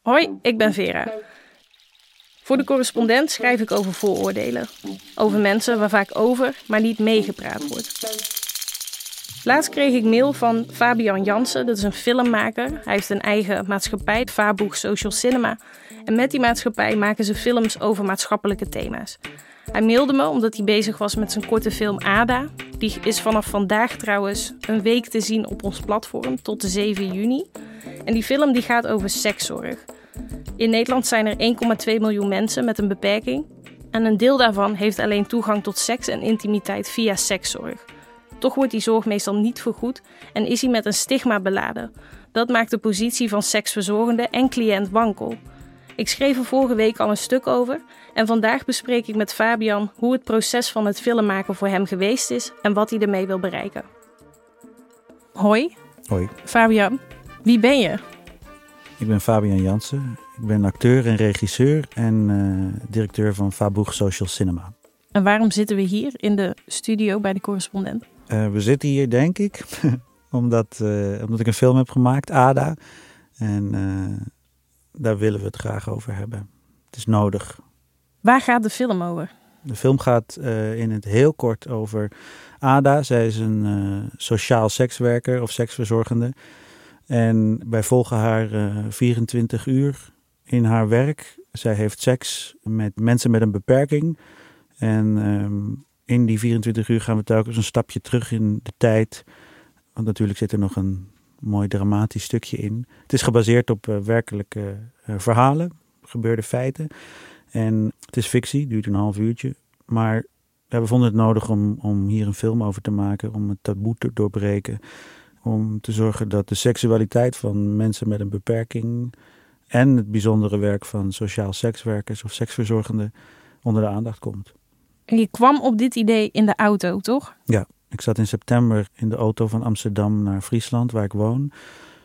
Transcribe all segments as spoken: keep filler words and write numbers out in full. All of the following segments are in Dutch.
Hoi, ik ben Vera. Voor de correspondent schrijf ik over vooroordelen. Over mensen waar vaak over, maar niet meegepraat wordt. Laatst kreeg ik mail van Fabian Jansen, dat is een filmmaker. Hij heeft een eigen maatschappij, Faboeg Social Cinema. En met die maatschappij maken ze films over maatschappelijke thema's. Hij mailde me omdat hij bezig was met zijn korte film Ada. Die is vanaf vandaag trouwens een week te zien op ons platform, tot de zeven juni. En die film die gaat over sekszorg. In Nederland zijn er één komma twee miljoen mensen met een beperking. En een deel daarvan heeft alleen toegang tot seks en intimiteit via sekszorg. Toch wordt die zorg meestal niet vergoed en is hij met een stigma beladen. Dat maakt de positie van seksverzorgende en cliënt wankel. Ik schreef er vorige week al een stuk over en vandaag bespreek ik met Fabian hoe het proces van het filmmaken voor hem geweest is en wat hij ermee wil bereiken. Hoi. Hoi. Fabian, wie ben je? Ik ben Fabian Jansen. Ik ben acteur en regisseur en uh, directeur van Faboeg Social Cinema. En waarom zitten we hier in de studio bij de correspondent? Uh, we zitten hier, denk ik, omdat, uh, omdat ik een film heb gemaakt, Ada. En uh, daar willen we het graag over hebben. Het is nodig. Waar gaat de film over? De film gaat uh, in het heel kort over Ada. Zij is een uh, sociaal sekswerker of seksverzorgende. En wij volgen haar uh, vierentwintig uur in haar werk. Zij heeft seks met mensen met een beperking. En um, in die vierentwintig uur gaan we telkens een stapje terug in de tijd. Want natuurlijk zit er nog een mooi dramatisch stukje in. Het is gebaseerd op uh, werkelijke uh, verhalen, gebeurde feiten. En het is fictie, duurt een half uurtje. Maar ja, we vonden het nodig om, om hier een film over te maken, om het taboe te doorbreken. Om te zorgen dat de seksualiteit van mensen met een beperking en het bijzondere werk van sociaal sekswerkers of seksverzorgenden onder de aandacht komt. En je kwam op dit idee in de auto, toch? Ja, ik zat in september in de auto van Amsterdam naar Friesland, waar ik woon.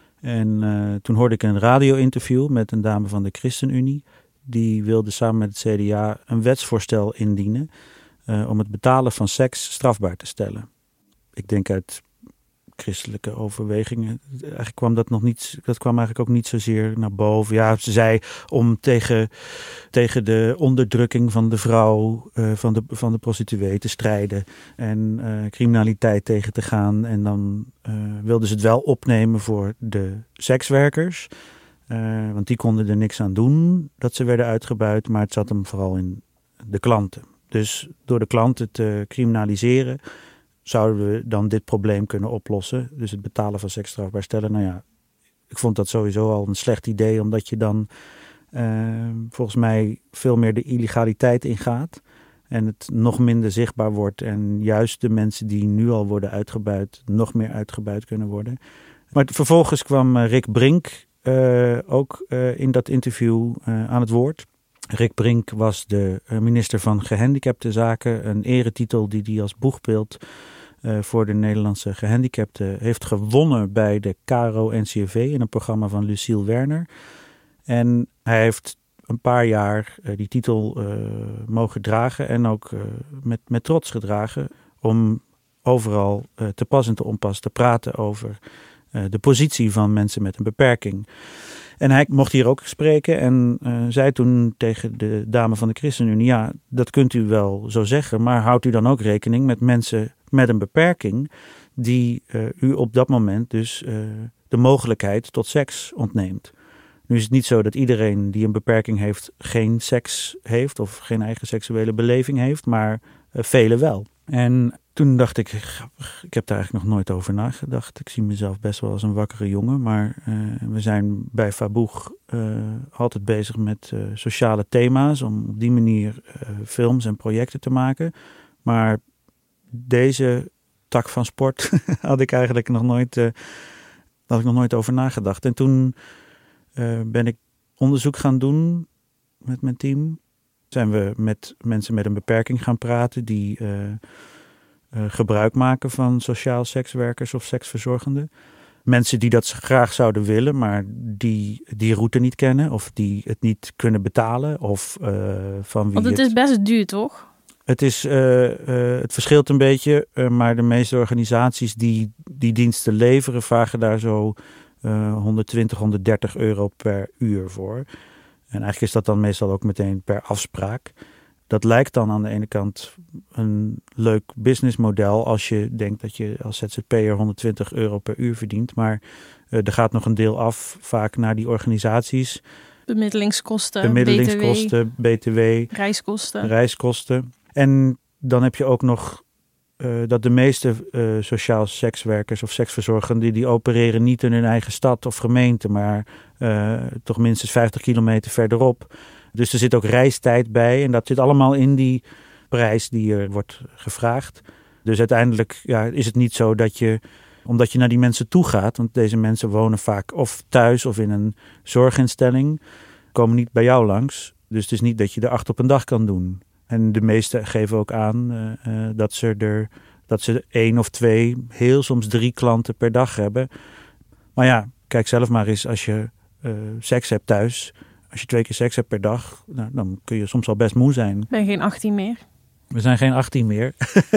En uh, toen hoorde ik een radio-interview met een dame van de ChristenUnie. Die wilde samen met het C D A een wetsvoorstel indienen uh, om het betalen van seks strafbaar te stellen. Ik denk uit christelijke overwegingen. Eigenlijk kwam dat nog niet, dat kwam eigenlijk ook niet zozeer naar boven. Ja, ze zei om tegen, tegen de onderdrukking van de vrouw, uh, van, de, van de prostituee te strijden en uh, criminaliteit tegen te gaan. En dan uh, wilden ze het wel opnemen voor de sekswerkers. Uh, want die konden er niks aan doen dat ze werden uitgebuit, maar het zat hem vooral in de klanten. Dus door de klanten te criminaliseren zouden we dan dit probleem kunnen oplossen. Dus het betalen van seks strafbaar stellen. Nou ja, ik vond dat sowieso al een slecht idee, omdat je dan uh, volgens mij veel meer de illegaliteit ingaat. En het nog minder zichtbaar wordt. En juist de mensen die nu al worden uitgebuit, nog meer uitgebuit kunnen worden. Maar vervolgens kwam Rick Brink uh, ook uh, in dat interview uh, aan het woord. Rick Brink was de minister van Gehandicaptenzaken. Een eretitel die hij als boegbeeld uh, voor de Nederlandse gehandicapten heeft gewonnen bij de K R O N C R V in een programma van Luciel Werner. En hij heeft een paar jaar uh, die titel uh, mogen dragen en ook uh, met, met trots gedragen om overal uh, te pas en te onpas te praten over uh, de positie van mensen met een beperking. En hij mocht hier ook spreken en uh, zei toen tegen de dame van de ChristenUnie, ja, dat kunt u wel zo zeggen, maar houdt u dan ook rekening met mensen met een beperking die uh, u op dat moment dus uh, de mogelijkheid tot seks ontneemt. Nu is het niet zo dat iedereen die een beperking heeft geen seks heeft of geen eigen seksuele beleving heeft, maar uh, velen wel. En toen dacht ik, ik heb daar eigenlijk nog nooit over nagedacht. Ik zie mezelf best wel als een wakkere jongen. Maar uh, we zijn bij Faboeg uh, altijd bezig met uh, sociale thema's. Om op die manier uh, films en projecten te maken. Maar deze tak van sport had ik eigenlijk nog nooit, uh, had ik nog nooit over nagedacht. En toen uh, ben ik onderzoek gaan doen met mijn team. Zijn we met mensen met een beperking gaan praten die Uh, Uh, gebruik maken van sociaal sekswerkers of seksverzorgenden. Mensen die dat graag zouden willen, maar die die route niet kennen of die het niet kunnen betalen. Of, uh, van wie Want het, het is best duur, toch? Het, is, uh, uh, het verschilt een beetje, uh, maar de meeste organisaties die die diensten leveren vragen daar zo uh, honderdtwintig, honderddertig euro per uur voor. En eigenlijk is dat dan meestal ook meteen per afspraak. Dat lijkt dan aan de ene kant een leuk businessmodel als je denkt dat je als Z Z P'er honderdtwintig euro per uur verdient. Maar uh, er gaat nog een deel af vaak naar die organisaties. Bemiddelingskosten, Bemiddelingskosten, B T W, B T W reiskosten. reiskosten. En dan heb je ook nog uh, dat de meeste uh, sociaal sekswerkers of seksverzorgenden, die, die opereren niet in hun eigen stad of gemeente, maar uh, toch minstens vijftig kilometer verderop. Dus er zit ook reistijd bij en dat zit allemaal in die prijs die er wordt gevraagd. Dus uiteindelijk ja, is het niet zo dat je, omdat je naar die mensen toe gaat, want deze mensen wonen vaak of thuis of in een zorginstelling, komen niet bij jou langs. Dus het is niet dat je er acht op een dag kan doen. En de meesten geven ook aan uh, uh, dat ze er dat ze één of twee, heel soms drie klanten per dag hebben. Maar ja, kijk zelf maar eens als je uh, seks hebt thuis. Als je twee keer seks hebt per dag, nou, dan kun je soms al best moe zijn. Ik ben geen achttien meer. We zijn geen achttien meer.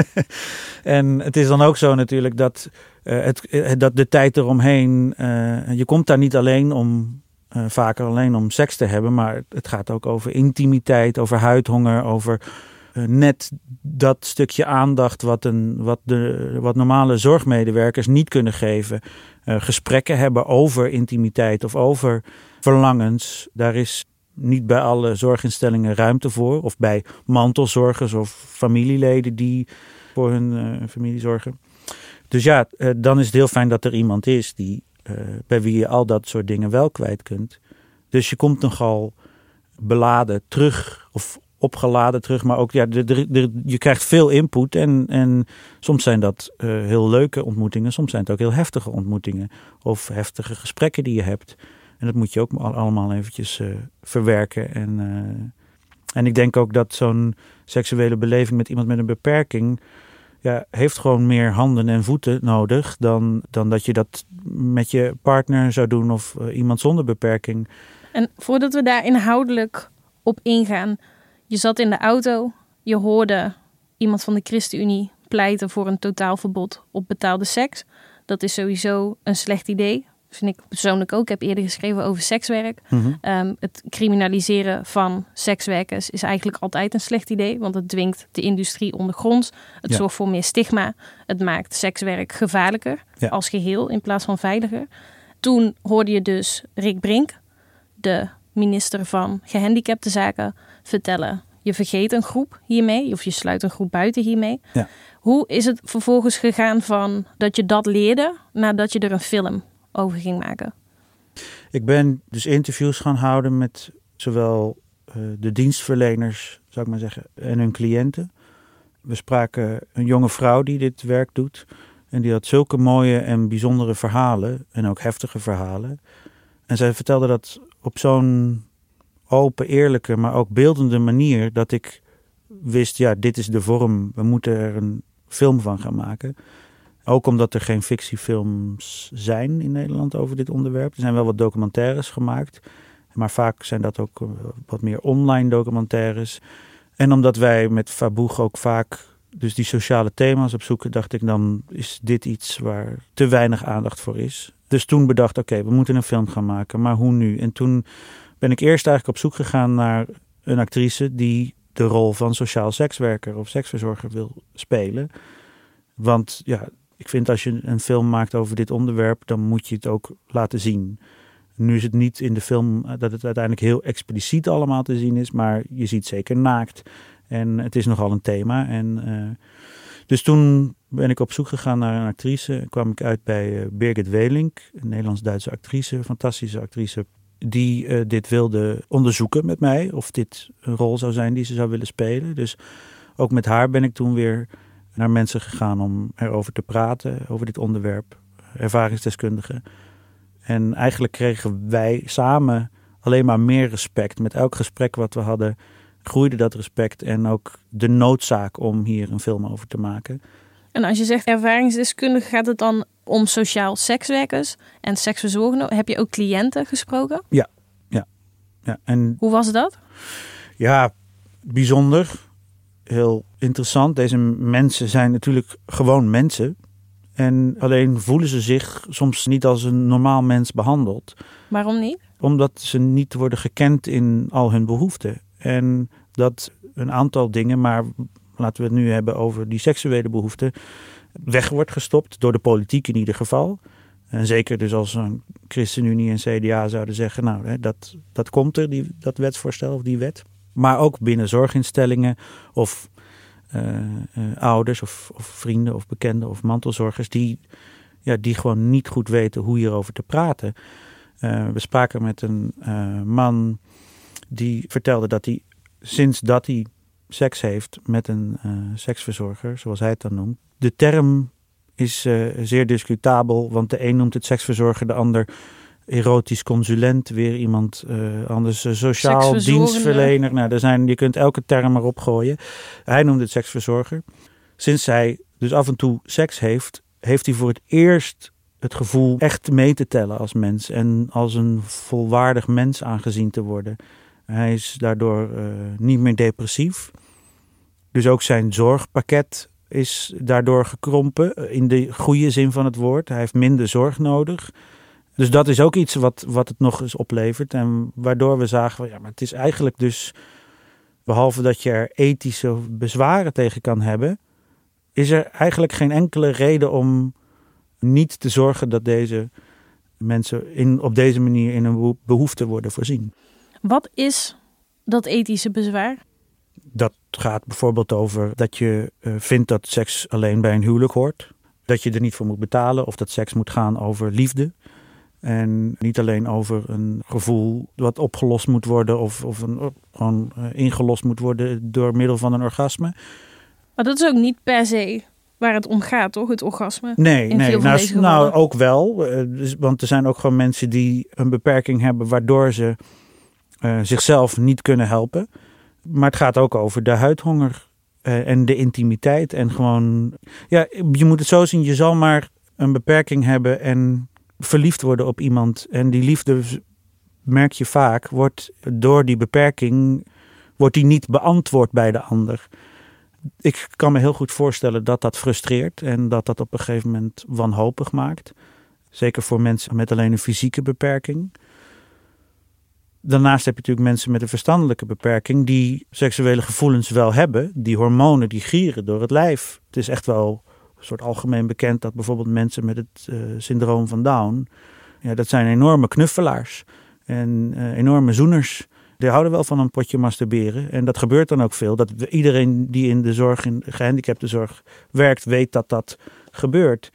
En het is dan ook zo natuurlijk dat, uh, het, uh, dat de tijd eromheen, uh, je komt daar niet alleen om, uh, vaker alleen om seks te hebben, maar het gaat ook over intimiteit, over huidhonger, over uh, net dat stukje aandacht wat, een, wat, de, wat normale zorgmedewerkers niet kunnen geven. Uh, gesprekken hebben over intimiteit of over verlangens. Daar is niet bij alle zorginstellingen ruimte voor. Of bij mantelzorgers of familieleden die voor hun uh, familie zorgen. Dus ja, uh, dan is het heel fijn dat er iemand is die, uh, bij wie je al dat soort dingen wel kwijt kunt. Dus je komt nogal beladen terug of opgeladen terug. Maar ook, ja, de, de, de, je krijgt veel input. En, en soms zijn dat uh, heel leuke ontmoetingen. Soms zijn het ook heel heftige ontmoetingen. Of heftige gesprekken die je hebt. En dat moet je ook allemaal eventjes uh, verwerken. En, uh, en ik denk ook dat zo'n seksuele beleving met iemand met een beperking, ja, heeft gewoon meer handen en voeten nodig dan, dan dat je dat met je partner zou doen of uh, iemand zonder beperking. En voordat we daar inhoudelijk op ingaan, je zat in de auto, je hoorde iemand van de ChristenUnie pleiten voor een totaalverbod op betaalde seks. Dat is sowieso een slecht idee. Vind ik persoonlijk ook. Ik heb eerder geschreven over sekswerk. Mm-hmm. Um, het criminaliseren van sekswerkers is eigenlijk altijd een slecht idee. Want het dwingt de industrie ondergronds. Het ja. zorgt voor meer stigma. Het maakt sekswerk gevaarlijker ja. als geheel in plaats van veiliger. Toen hoorde je dus Rick Brink, de minister van Gehandicaptenzaken, vertellen: je vergeet een groep hiermee of je sluit een groep buiten hiermee. Ja. Hoe is het vervolgens gegaan van dat je dat leerde nadat je er een film over ging maken? Ik ben dus interviews gaan houden met zowel uh, de dienstverleners, zou ik maar zeggen, en hun cliënten. We spraken een jonge vrouw die dit werk doet. En die had zulke mooie en bijzondere verhalen. En ook heftige verhalen. En zij vertelde dat op zo'n open, eerlijke, maar ook beeldende manier, dat ik wist, ja, dit is de vorm. We moeten er een film van gaan maken. Ook omdat er geen fictiefilms zijn in Nederland over dit onderwerp. Er zijn wel wat documentaires gemaakt. Maar vaak zijn dat ook wat meer online documentaires. En omdat wij met Faboeg ook vaak dus die sociale thema's opzoeken, dacht ik, dan is dit iets waar te weinig aandacht voor is. Dus toen bedacht, oké, okay, we moeten een film gaan maken. Maar hoe nu? En toen ben ik eerst eigenlijk op zoek gegaan naar een actrice die de rol van sociaal sekswerker of seksverzorger wil spelen. Want ja, ik vind als je een film maakt over dit onderwerp, dan moet je het ook laten zien. Nu is het niet in de film dat het uiteindelijk heel expliciet allemaal te zien is, maar je ziet zeker naakt. En het is nogal een thema. En, uh, dus toen ben ik op zoek gegaan naar een actrice. Kwam ik uit bij uh, Birgit Welink, een Nederlands-Duitse actrice, een fantastische actrice, die uh, dit wilde onderzoeken met mij. Of dit een rol zou zijn die ze zou willen spelen. Dus ook met haar ben ik toen weer naar mensen gegaan om erover te praten, over dit onderwerp, ervaringsdeskundigen. En eigenlijk kregen wij samen alleen maar meer respect. Met elk gesprek wat we hadden, groeide dat respect en ook de noodzaak om hier een film over te maken. En als je zegt ervaringsdeskundigen, gaat het dan om sociaal sekswerkers en seksverzorgenden? Heb je ook cliënten gesproken? Ja, ja. ja. En hoe was dat? Ja, bijzonder. Heel interessant. Deze mensen zijn natuurlijk gewoon mensen. En alleen voelen ze zich soms niet als een normaal mens behandeld. Waarom niet? Omdat ze niet worden gekend in al hun behoeften. En dat een aantal dingen, maar laten we het nu hebben over die seksuele behoeften, weg wordt gestopt door de politiek in ieder geval. En zeker dus als een ChristenUnie en C D A zouden zeggen, nou, hè, dat, dat komt er, die, dat wetsvoorstel of die wet. Maar ook binnen zorginstellingen of uh, uh, ouders of, of vrienden of bekenden of mantelzorgers die, ja, die gewoon niet goed weten hoe hierover te praten. Uh, we spraken met een uh, man die vertelde dat hij sinds dat hij seks heeft met een uh, seksverzorger, zoals hij het dan noemt. De term is uh, zeer discutabel, want de een noemt het seksverzorger, de ander erotisch consulent, weer iemand uh, anders uh, sociaal dienstverlener. Nou, er zijn, je kunt elke term erop gooien. Hij noemt het seksverzorger. Sinds hij dus af en toe seks heeft, heeft hij voor het eerst het gevoel echt mee te tellen als mens en als een volwaardig mens aangezien te worden. Hij is daardoor uh, niet meer depressief. Dus ook zijn zorgpakket is daardoor gekrompen, in de goede zin van het woord. Hij heeft minder zorg nodig. Dus dat is ook iets wat, wat het nog eens oplevert. En waardoor we zagen, ja, maar het is eigenlijk dus, behalve dat je er ethische bezwaren tegen kan hebben, is er eigenlijk geen enkele reden om niet te zorgen dat deze mensen in, op deze manier in een behoefte worden voorzien. Wat is dat ethische bezwaar? Dat gaat bijvoorbeeld over dat je uh, vindt dat seks alleen bij een huwelijk hoort. Dat je er niet voor moet betalen of dat seks moet gaan over liefde. En niet alleen over een gevoel wat opgelost moet worden of, of een, gewoon uh, ingelost moet worden door middel van een orgasme. Maar dat is ook niet per se waar het om gaat, toch? Het orgasme? Nee, in nee. veel van Nou, deze nou ook wel. Uh, dus, want er zijn ook gewoon mensen die een beperking hebben waardoor ze uh, zichzelf niet kunnen helpen. Maar het gaat ook over de huidhonger uh, en de intimiteit. En gewoon, ja, je moet het zo zien, je zal maar een beperking hebben en verliefd worden op iemand. En die liefde, merk je vaak, wordt door die beperking, wordt die niet beantwoord bij de ander. Ik kan me heel goed voorstellen dat dat frustreert en dat dat op een gegeven moment wanhopig maakt. Zeker voor mensen met alleen een fysieke beperking. Daarnaast heb je natuurlijk mensen met een verstandelijke beperking die seksuele gevoelens wel hebben. Die hormonen die gieren door het lijf. Het is echt wel een soort algemeen bekend dat bijvoorbeeld mensen met het uh, syndroom van Down, ja, dat zijn enorme knuffelaars en uh, enorme zoeners. Die houden wel van een potje masturberen. En dat gebeurt dan ook veel. Dat iedereen die in de zorg, in de gehandicaptenzorg werkt, weet dat dat gebeurt.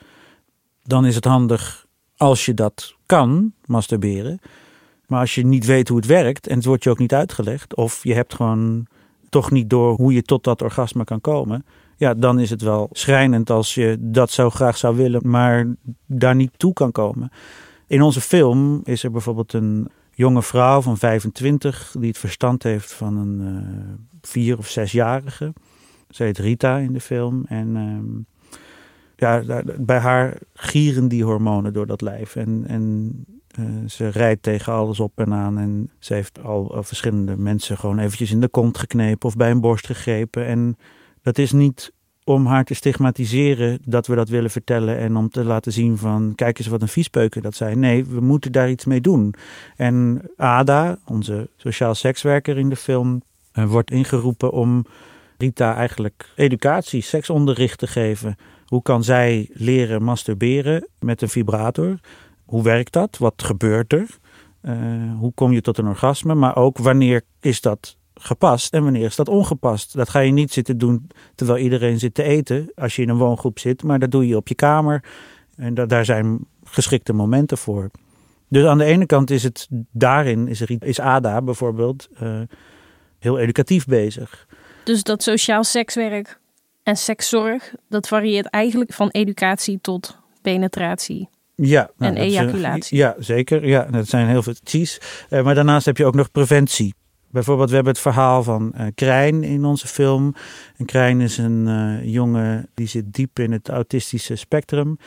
Dan is het handig als je dat kan, masturberen. Maar als je niet weet hoe het werkt en het wordt je ook niet uitgelegd, of je hebt gewoon toch niet door hoe je tot dat orgasme kan komen, ja, dan is het wel schrijnend als je dat zo graag zou willen, maar daar niet toe kan komen. In onze film is er bijvoorbeeld een jonge vrouw van vijfentwintig die het verstand heeft van een uh, vier- of zesjarige. Ze heet Rita in de film. En uh, ja, bij haar gieren die hormonen door dat lijf. En, en uh, ze rijdt tegen alles op en aan. En ze heeft al uh, verschillende mensen gewoon eventjes in de kont geknepen of bij een borst gegrepen. En dat is niet om haar te stigmatiseren dat we dat willen vertellen en om te laten zien van kijk eens wat een viespeuken dat zijn. Nee, we moeten daar iets mee doen. En Ada, onze sociaal sekswerker in de film, uh, wordt ingeroepen om Rita eigenlijk educatie, seksonderricht te geven. Hoe kan zij leren masturberen met een vibrator? Hoe werkt dat? Wat gebeurt er? Uh, hoe kom je tot een orgasme? Maar ook wanneer is dat gepast en wanneer is dat ongepast? Dat ga je niet zitten doen terwijl iedereen zit te eten als je in een woongroep zit, maar dat doe je op je kamer en da- daar zijn geschikte momenten voor. Dus aan de ene kant is het daarin, is, er, is Ada bijvoorbeeld uh, heel educatief bezig. Dus dat sociaal sekswerk en sekszorg, dat varieert eigenlijk van educatie tot penetratie. Ja, nou, en ejaculatie. Ja, zeker. Ja, dat zijn heel veel T's. Uh, maar daarnaast heb je ook nog preventie. Bijvoorbeeld, we hebben het verhaal van uh, Krijn in onze film. En Krijn is een uh, jongen die zit diep in het autistische spectrum.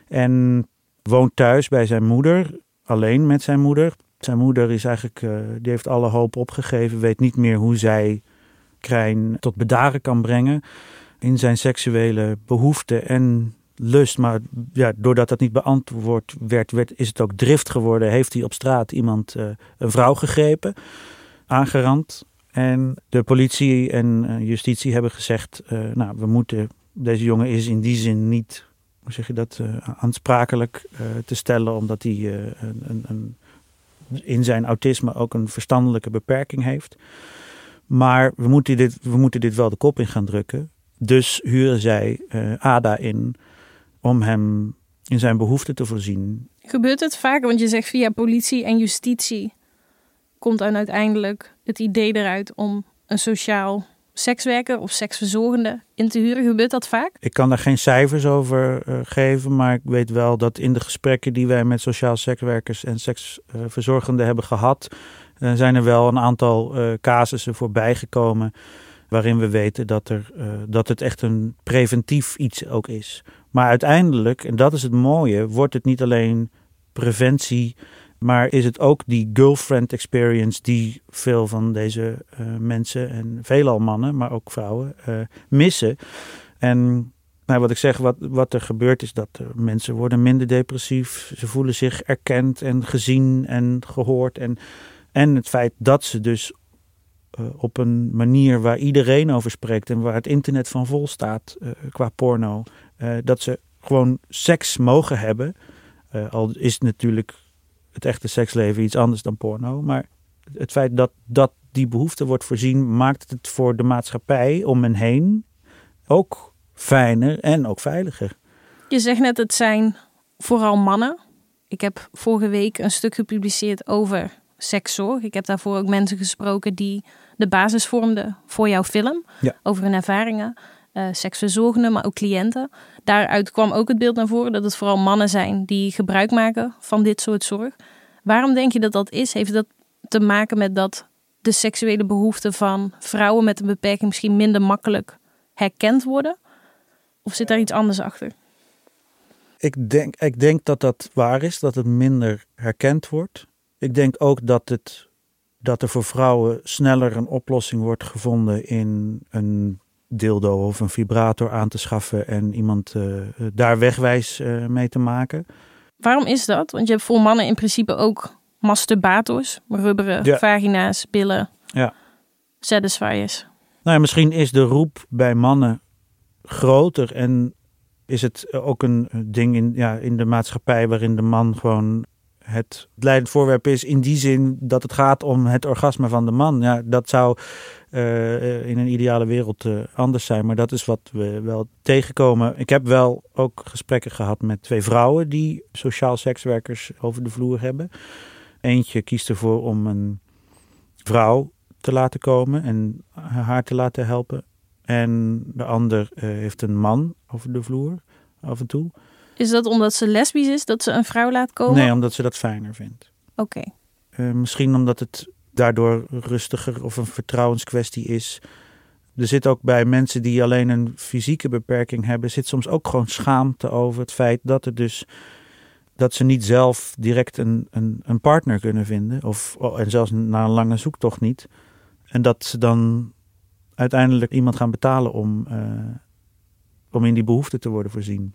En woont thuis bij zijn moeder, alleen met zijn moeder. Zijn moeder is eigenlijk, uh, die heeft alle hoop opgegeven, weet niet meer hoe zij Krijn tot bedaren kan brengen in zijn seksuele behoeften en lust. Maar ja, doordat dat niet beantwoord werd, werd, is het ook drift geworden. Heeft hij op straat iemand, uh, een vrouw gegrepen, aangerand. En de politie en uh, justitie hebben gezegd, uh, nou, we moeten, deze jongen is in die zin niet, hoe zeg je dat, uh, aansprakelijk uh, te stellen, omdat hij uh, een, een, een, in zijn autisme ook een verstandelijke beperking heeft. Maar we moeten dit, we moeten dit wel de kop in gaan drukken. Dus huren zij uh, Ada in om hem in zijn behoeften te voorzien. Gebeurt het vaker? Want je zegt via politie en justitie komt dan uiteindelijk het idee eruit om een sociaal sekswerker of seksverzorgende in te huren. Gebeurt dat vaak? Ik kan daar geen cijfers over uh, geven, maar ik weet wel dat in de gesprekken die wij met sociaal sekswerkers en seksverzorgenden uh, hebben gehad, uh, zijn er wel een aantal uh, casussen voorbij gekomen waarin we weten dat, er, uh, dat het echt een preventief iets ook is. Maar uiteindelijk, en dat is het mooie, wordt het niet alleen preventie, maar is het ook die girlfriend experience die veel van deze uh, mensen, en veelal mannen, maar ook vrouwen, uh, missen. En nou, wat ik zeg, wat, wat er gebeurt is dat uh, mensen worden minder depressief. Ze voelen zich erkend en gezien en gehoord. En, en het feit dat ze dus uh, op een manier waar iedereen over spreekt en waar het internet van vol staat uh, qua porno, uh, dat ze gewoon seks mogen hebben. Uh, al is het natuurlijk het echte seksleven iets anders dan porno. Maar het feit dat, dat die behoefte wordt voorzien, maakt het voor de maatschappij om hen heen ook fijner en ook veiliger. Je zegt net, het zijn vooral mannen. Ik heb vorige week een stuk gepubliceerd over sekszorg. Ik heb daarvoor ook mensen gesproken die de basis vormden voor jouw film. Ja. Over hun ervaringen. Uh, seksverzorgenden, maar ook cliënten. Daaruit kwam ook het beeld naar voren dat het vooral mannen zijn die gebruik maken van dit soort zorg. Waarom denk je dat dat is? Heeft dat te maken met dat de seksuele behoeften van vrouwen met een beperking misschien minder makkelijk herkend worden? Of zit daar iets anders achter? Ik denk, ik denk dat dat waar is, dat het minder herkend wordt. Ik denk ook dat, het, dat er voor vrouwen sneller een oplossing wordt gevonden in een dildo of een vibrator aan te schaffen en iemand uh, daar wegwijs uh, mee te maken. Waarom is dat? Want je hebt voor mannen in principe ook masturbators, rubberen ja. vagina's, billen, ja. satisfiers. Nou ja, misschien is de roep bij mannen groter en is het ook een ding in, ja, in de maatschappij waarin de man gewoon het leidend voorwerp is in die zin dat het gaat om het orgasme van de man. Ja, dat zou uh, in een ideale wereld uh, anders zijn, maar dat is wat we wel tegenkomen. Ik heb wel ook gesprekken gehad met twee vrouwen die sociaal sekswerkers over de vloer hebben. Eentje kiest ervoor om een vrouw te laten komen en haar te laten helpen. En de ander uh, heeft een man over de vloer af en toe. Is dat omdat ze lesbisch is, dat ze een vrouw laat komen? Nee, omdat ze dat fijner vindt. Oké. Okay. Uh, misschien omdat het daardoor rustiger of een vertrouwenskwestie is. Er zit ook bij mensen die alleen een fysieke beperking hebben, zit soms ook gewoon schaamte over het feit dat het dus dat ze niet zelf direct een, een, een partner kunnen vinden. Of, oh, en zelfs na een lange zoektocht niet. En dat ze dan uiteindelijk iemand gaan betalen om, uh, om in die behoefte te worden voorzien.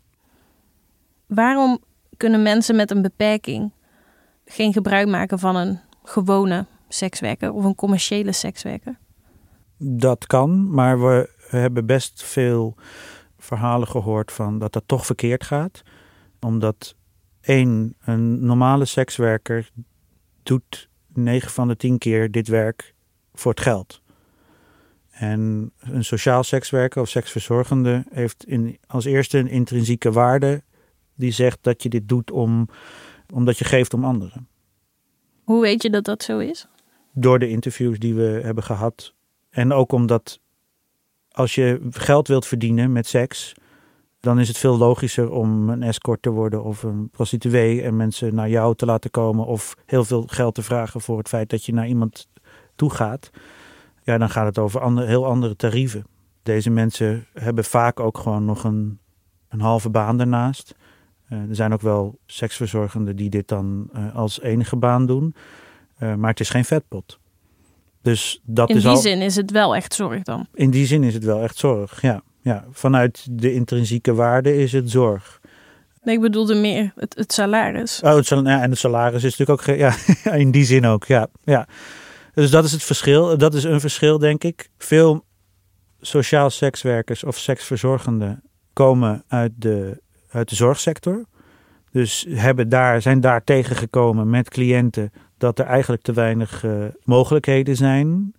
Waarom kunnen mensen met een beperking geen gebruik maken van een gewone sekswerker of een commerciële sekswerker? Dat kan, maar we hebben best veel verhalen gehoord van dat dat toch verkeerd gaat. Omdat één, een normale sekswerker doet negen van de tien keer dit werk voor het geld. En een sociaal sekswerker of seksverzorgende heeft in, als eerste een intrinsieke waarde die zegt dat je dit doet om, omdat je geeft om anderen. Hoe weet je dat dat zo is? Door de interviews die we hebben gehad. En ook omdat als je geld wilt verdienen met seks, dan is het veel logischer om een escort te worden of een prostituee en mensen naar jou te laten komen of heel veel geld te vragen voor het feit dat je naar iemand toe gaat. Ja, dan gaat het over andere, heel andere tarieven. Deze mensen hebben vaak ook gewoon nog een, een halve baan daarnaast. Uh, er zijn ook wel seksverzorgenden die dit dan uh, als enige baan doen. Uh, maar het is geen vetpot. Dus dat in is die al, zin is het wel echt zorg dan? In die zin is het wel echt zorg, ja. Ja, vanuit de intrinsieke waarde is het zorg. Nee, ik bedoelde meer het, het salaris. Oh, het sal- ja, en het salaris is natuurlijk ook, ja, in die zin ook, ja, ja. Dus dat is het verschil. Dat is een verschil, denk ik. Veel sociaal sekswerkers of seksverzorgenden komen uit de, uit de zorgsector. Dus hebben daar, zijn daar tegengekomen met cliënten dat er eigenlijk te weinig uh, mogelijkheden zijn.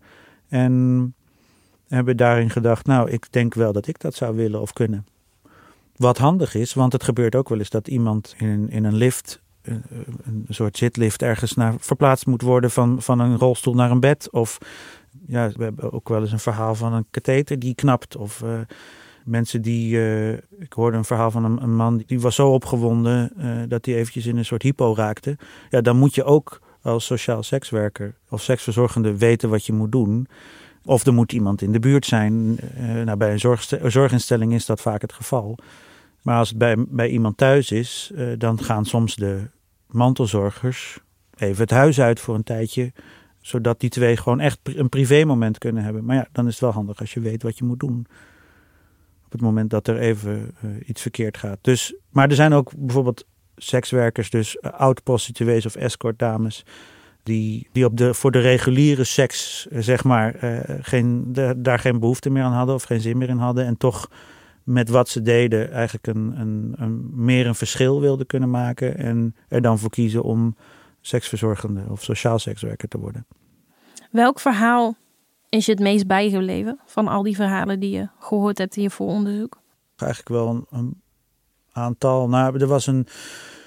En hebben daarin gedacht, nou, ik denk wel dat ik dat zou willen of kunnen. Wat handig is, want het gebeurt ook wel eens dat iemand in, in een lift, een, een soort zitlift ergens naar verplaatst moet worden van, van een rolstoel naar een bed. Of ja, we hebben ook wel eens een verhaal van een katheter die knapt. Of uh, mensen die, uh, ik hoorde een verhaal van een, een man die was zo opgewonden uh, dat hij eventjes in een soort hypo raakte. Ja, dan moet je ook als sociaal sekswerker of seksverzorgende weten wat je moet doen. Of er moet iemand in de buurt zijn. Uh, nou, bij een zorgste- zorginstelling is dat vaak het geval. Maar als het bij, bij iemand thuis is, uh, dan gaan soms de mantelzorgers even het huis uit voor een tijdje. Zodat die twee gewoon echt een privémoment kunnen hebben. Maar ja, dan is het wel handig als je weet wat je moet doen. Op het moment dat er even uh, iets verkeerd gaat. Dus, maar er zijn ook bijvoorbeeld sekswerkers, dus uh, oud-prostituees of escortdames. Die, die op de, voor de reguliere seks, zeg maar, uh, geen, de, daar geen behoefte meer aan hadden of geen zin meer in hadden. En toch met wat ze deden eigenlijk een, een, een, meer een verschil wilden kunnen maken. En er dan voor kiezen om seksverzorgende of sociaal sekswerker te worden. Welk verhaal is je het meest bijgebleven van al die verhalen die je gehoord hebt in je vooronderzoek? Eigenlijk wel een, een aantal. Nou, er was een,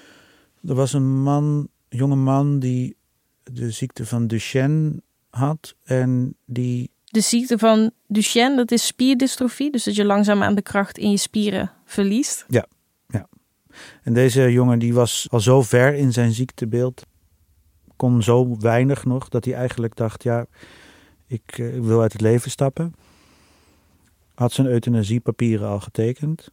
er was een man, een jonge man die de ziekte van Duchenne had en die... De ziekte van Duchenne, dat is spierdystrofie, dus dat je langzaam aan de kracht in je spieren verliest. Ja, ja. En deze jongen die was al zo ver in zijn ziektebeeld, kon zo weinig nog, dat hij eigenlijk dacht, ja, ik uh, wil uit het leven stappen. Had zijn euthanasiepapieren al getekend.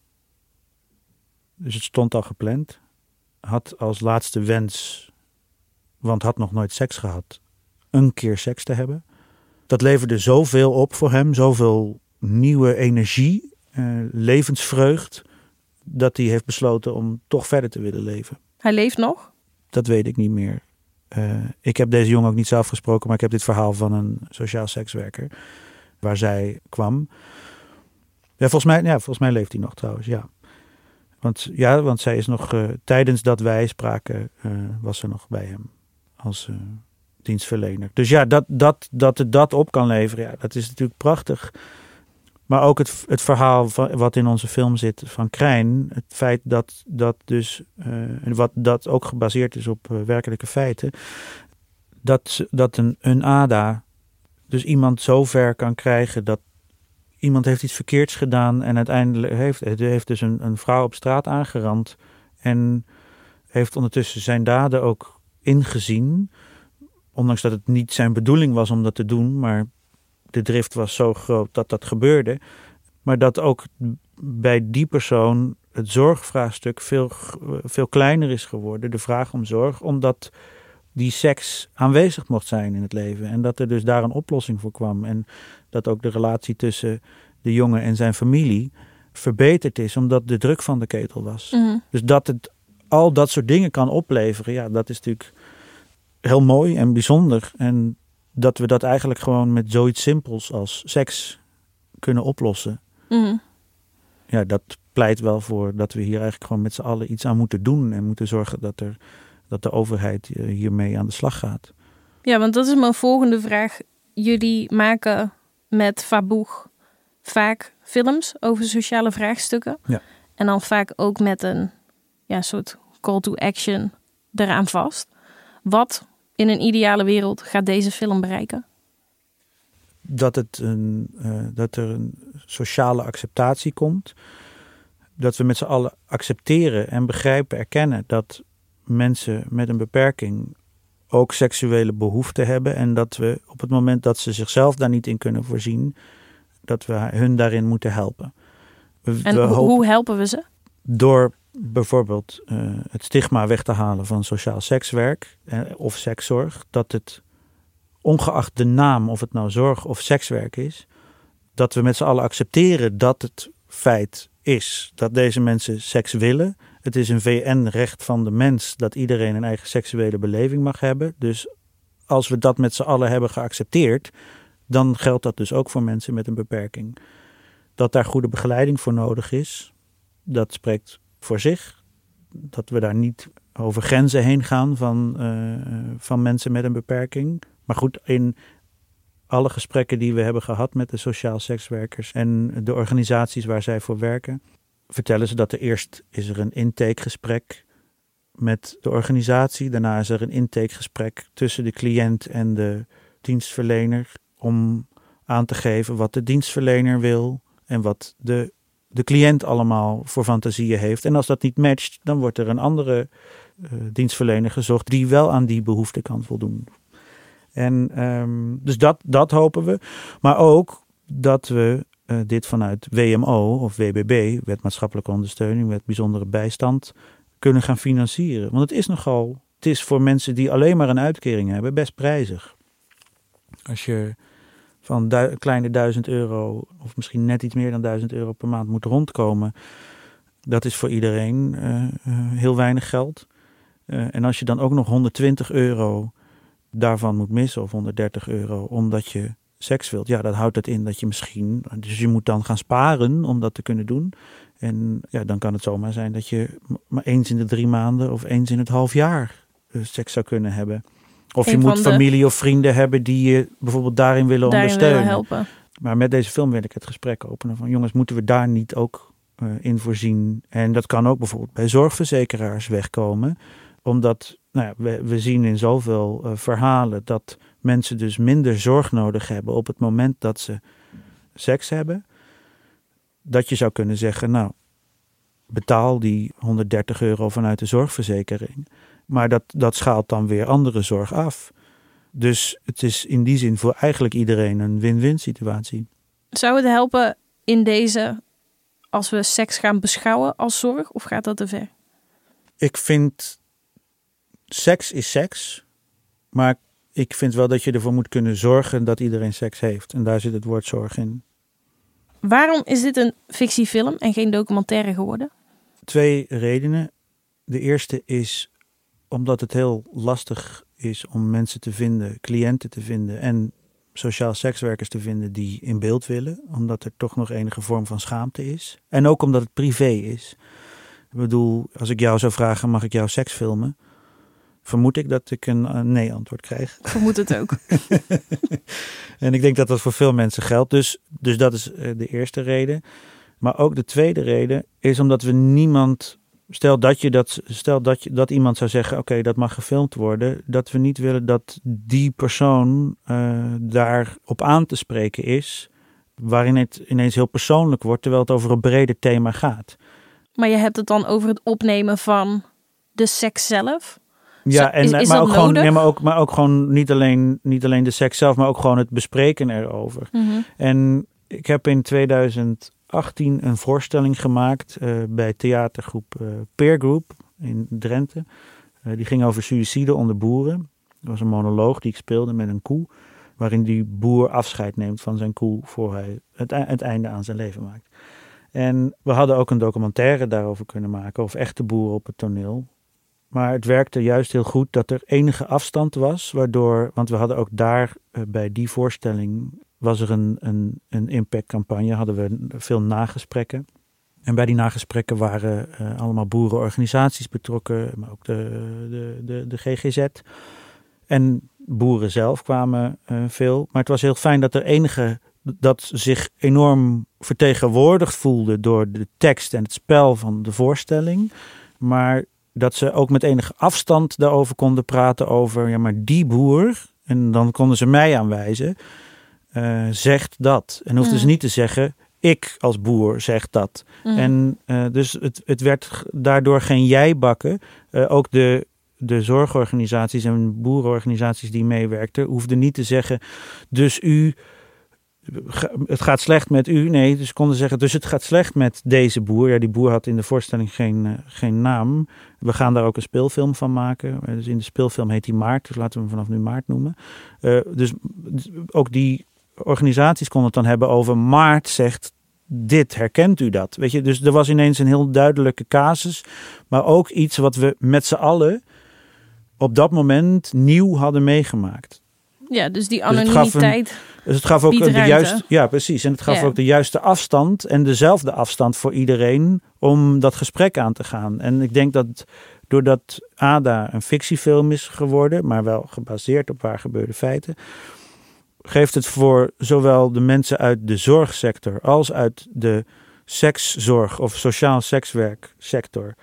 Dus het stond al gepland. Had als laatste wens, want had nog nooit seks gehad, een keer seks te hebben. Dat leverde zoveel op voor hem, zoveel nieuwe energie, uh, levensvreugd, dat hij heeft besloten om toch verder te willen leven. Hij leeft nog? Dat weet ik niet meer. Uh, ik heb deze jongen ook niet zelf gesproken, maar ik heb dit verhaal van een sociaal sekswerker waar zij kwam. Ja, volgens mij, ja, volgens mij leeft hij nog trouwens, ja. Want, ja, want zij is nog, uh, tijdens dat wij spraken, uh, was ze nog bij hem als uh, dienstverlener. Dus ja, dat, dat, dat het dat op kan leveren, ja, dat is natuurlijk prachtig. Maar ook het, het verhaal van, wat in onze film zit van Krijn. Het feit dat dat dus, uh, wat dat ook gebaseerd is op uh, werkelijke feiten. Dat, dat een, een A D A dus iemand zo ver kan krijgen dat iemand heeft iets verkeerds gedaan. En uiteindelijk heeft, heeft dus een, een vrouw op straat aangerand. En heeft ondertussen zijn daden ook ingezien. Ondanks dat het niet zijn bedoeling was om dat te doen, maar de drift was zo groot dat dat gebeurde. Maar dat ook bij die persoon het zorgvraagstuk veel, veel kleiner is geworden. De vraag om zorg, omdat die seks aanwezig mocht zijn in het leven. En dat er dus daar een oplossing voor kwam. En dat ook de relatie tussen de jongen en zijn familie verbeterd is, omdat de druk van de ketel was. Mm. Dus dat het al dat soort dingen kan opleveren, ja, dat is natuurlijk heel mooi en bijzonder. En dat we dat eigenlijk gewoon met zoiets simpels als seks kunnen oplossen. Mm. Ja, dat pleit wel voor dat we hier eigenlijk gewoon met z'n allen iets aan moeten doen. En moeten zorgen dat, er, dat de overheid hiermee aan de slag gaat. Ja, want dat is mijn volgende vraag. Jullie maken met Faboeg vaak films over sociale vraagstukken. Ja. En dan vaak ook met een ja, soort call to action eraan vast. Wat in een ideale wereld gaat deze film bereiken? Dat, het een, uh, dat er een sociale acceptatie komt. Dat we met z'n allen accepteren en begrijpen, erkennen dat mensen met een beperking ook seksuele behoeften hebben. En dat we op het moment dat ze zichzelf daar niet in kunnen voorzien, dat we hun daarin moeten helpen. We, en we ho- hopen, hoe helpen we ze? Door bijvoorbeeld uh, het stigma weg te halen van sociaal sekswerk eh, of sekszorg. Dat het, ongeacht de naam, of het nou zorg of sekswerk is, dat we met z'n allen accepteren dat het feit is dat deze mensen seks willen. Het is een V N-recht van de mens dat iedereen een eigen seksuele beleving mag hebben. Dus als we dat met z'n allen hebben geaccepteerd, dan geldt dat dus ook voor mensen met een beperking. Dat daar goede begeleiding voor nodig is, dat spreekt voor zich. Dat we daar niet over grenzen heen gaan van, uh, van mensen met een beperking. Maar goed, in alle gesprekken die we hebben gehad met de sociaal sekswerkers en de organisaties waar zij voor werken, vertellen ze dat er eerst is er een intakegesprek met de organisatie. Daarna is er een intakegesprek tussen de cliënt en de dienstverlener om aan te geven wat de dienstverlener wil en wat de, de cliënt allemaal voor fantasieën heeft. En als dat niet matcht, dan wordt er een andere uh, dienstverlener gezocht die wel aan die behoefte kan voldoen. En um, dus dat, dat hopen we. Maar ook dat we uh, dit vanuit W M O of W B B, Wet Maatschappelijke Ondersteuning, Wet Bijzondere Bijstand, kunnen gaan financieren. Want het is nogal, het is voor mensen die alleen maar een uitkering hebben best prijzig. Als je van du- een kleine duizend euro of misschien net iets meer dan duizend euro per maand moet rondkomen, dat is voor iedereen uh, uh, heel weinig geld. Uh, en als je dan ook nog honderdtwintig euro daarvan moet missen of honderddertig euro omdat je seks wilt, ja, dat houdt het in dat je misschien, dus je moet dan gaan sparen om dat te kunnen doen. En ja, dan kan het zomaar zijn dat je maar eens in de drie maanden of eens in het half jaar uh, seks zou kunnen hebben. Of je moet familie of vrienden hebben die je bijvoorbeeld daarin willen daarin ondersteunen. Willen helpen. Maar met deze film wil ik het gesprek openen van jongens, moeten we daar niet ook uh, in voorzien? En dat kan ook bijvoorbeeld bij zorgverzekeraars wegkomen. Omdat nou ja, we, we zien in zoveel uh, verhalen dat mensen dus minder zorg nodig hebben op het moment dat ze seks hebben. Dat je zou kunnen zeggen, nou, betaal die honderddertig euro vanuit de zorgverzekering. Maar dat, dat schaalt dan weer andere zorg af. Dus het is in die zin voor eigenlijk iedereen een win-win situatie. Zou het helpen in deze als we seks gaan beschouwen als zorg of gaat dat te ver? Ik vind seks is seks. Maar ik vind wel dat je ervoor moet kunnen zorgen dat iedereen seks heeft. En daar zit het woord zorg in. Waarom is dit een fictiefilm en geen documentaire geworden? Twee redenen. De eerste is omdat het heel lastig is om mensen te vinden, cliënten te vinden en sociaal sekswerkers te vinden die in beeld willen. Omdat er toch nog enige vorm van schaamte is. En ook omdat het privé is. Ik bedoel, als ik jou zou vragen, mag ik jouw seks filmen? Vermoed ik dat ik een uh, nee-antwoord krijg. Vermoed het ook. En ik denk dat dat voor veel mensen geldt. Dus, dus dat is uh, de eerste reden. Maar ook de tweede reden is omdat we niemand... Stel dat, je dat, stel dat, je, dat iemand zou zeggen, oké, okay, dat mag gefilmd worden. Dat we niet willen dat die persoon uh, daarop aan te spreken is. Waarin het ineens heel persoonlijk wordt, terwijl het over een breder thema gaat. Maar je hebt het dan over het opnemen van de seks zelf? Ja, en, is, is maar, ook gewoon, nee, maar, ook, maar ook gewoon niet alleen, niet alleen de seks zelf, maar ook gewoon het bespreken erover. Mm-hmm. En ik heb in tweeduizend achttien een voorstelling gemaakt uh, bij theatergroep uh, Peer Group in Drenthe. Uh, die ging over suïcide onder boeren. Dat was een monoloog die ik speelde met een koe, waarin die boer afscheid neemt van zijn koe voor hij het, het einde aan zijn leven maakt. En we hadden ook een documentaire daarover kunnen maken, of echte boeren op het toneel. Maar het werkte juist heel goed dat er enige afstand was, waardoor, want we hadden ook daar uh, bij die voorstelling, was er een, een, een impactcampagne, hadden we veel nagesprekken. En bij die nagesprekken waren uh, allemaal boerenorganisaties betrokken, maar ook de, de, de, de G G Z. En boeren zelf kwamen uh, veel. Maar het was heel fijn dat er enige, dat zich enorm vertegenwoordigd voelde door de tekst en het spel van de voorstelling. Maar dat ze ook met enige afstand daarover konden praten over, ja maar die boer, en dan konden ze mij aanwijzen, uh, zegt dat. En hoefden mm. ze niet te zeggen, ik als boer zeg dat. Mm. En uh, dus het, het werd daardoor geen jijbakken. Uh, ook de, de zorgorganisaties en boerenorganisaties die meewerkten, hoefden niet te zeggen, dus u, het gaat slecht met u. Nee, dus konden zeggen, dus het gaat slecht met deze boer. Ja, die boer had in de voorstelling geen, uh, geen naam. We gaan daar ook een speelfilm van maken. Dus in de speelfilm heet hij Maart, dus laten we hem vanaf nu Maart noemen. Uh, dus ook die organisaties konden het dan hebben over Maart zegt dit, herkent u dat? Weet je, dus er was ineens een heel duidelijke casus, maar ook iets wat we met z'n allen op dat moment nieuw hadden meegemaakt. Ja, dus die anonimiteit. Dus het gaf, een, dus het gaf ook de juiste, ja, precies. En het gaf ja. ook de juiste afstand en dezelfde afstand voor iedereen om dat gesprek aan te gaan. En ik denk dat doordat Ada een fictiefilm is geworden, maar wel gebaseerd op waar gebeurde feiten, geeft het voor zowel de mensen uit de zorgsector als uit de sekszorg of sociaal sekswerksector,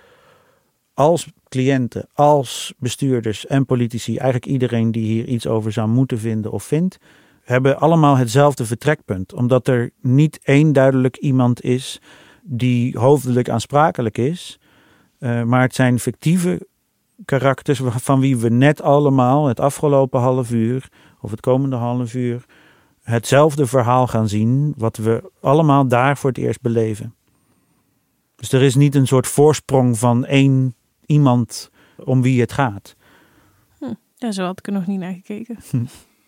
als cliënten, als bestuurders en politici, eigenlijk iedereen die hier iets over zou moeten vinden of vindt, hebben allemaal hetzelfde vertrekpunt. Omdat er niet één duidelijk iemand is die hoofdelijk aansprakelijk is, uh, maar het zijn fictieve karakters van wie we net allemaal het afgelopen half uur of het komende half uur hetzelfde verhaal gaan zien, wat we allemaal daar voor het eerst beleven. Dus er is niet een soort voorsprong van één iemand om wie het gaat. Hm, ja, zo had ik er nog niet naar gekeken. Hm.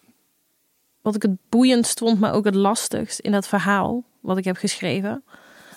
Wat ik het boeiendst vond, maar ook het lastigst in dat verhaal wat ik heb geschreven,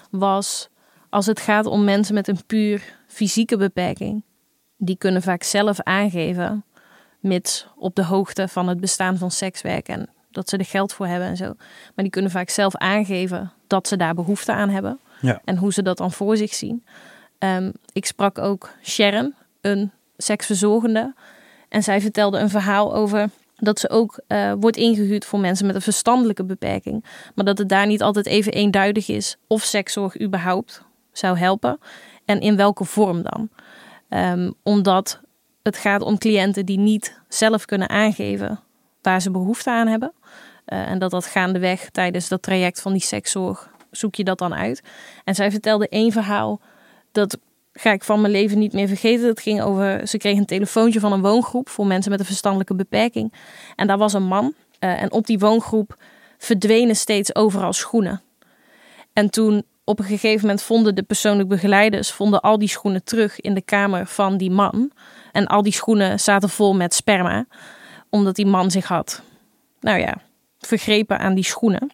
was als het gaat om mensen met een puur fysieke beperking. Die kunnen vaak zelf aangeven, mits op de hoogte van het bestaan van sekswerk en dat ze er geld voor hebben en zo. Maar die kunnen vaak zelf aangeven dat ze daar behoefte aan hebben. Ja. En hoe ze dat dan voor zich zien. Um, ik sprak ook Sharon, een seksverzorgende. En zij vertelde een verhaal over dat ze ook uh, wordt ingehuurd voor mensen met een verstandelijke beperking. Maar dat het daar niet altijd even eenduidig is of sekszorg überhaupt zou helpen. En in welke vorm dan. Um, omdat het gaat om cliënten die niet zelf kunnen aangeven waar ze behoefte aan hebben. Uh, en dat dat gaandeweg tijdens dat traject van die sekszorg zoek je dat dan uit. En zij vertelde één verhaal, dat ga ik van mijn leven niet meer vergeten. Dat ging over, ze kreeg een telefoontje van een woongroep voor mensen met een verstandelijke beperking. En daar was een man. Uh, en op die woongroep verdwenen steeds overal schoenen. En toen op een gegeven moment vonden de persoonlijk begeleiders vonden al die schoenen terug in de kamer van die man. En al die schoenen zaten vol met sperma. Omdat die man zich had, nou ja, vergrepen aan die schoenen.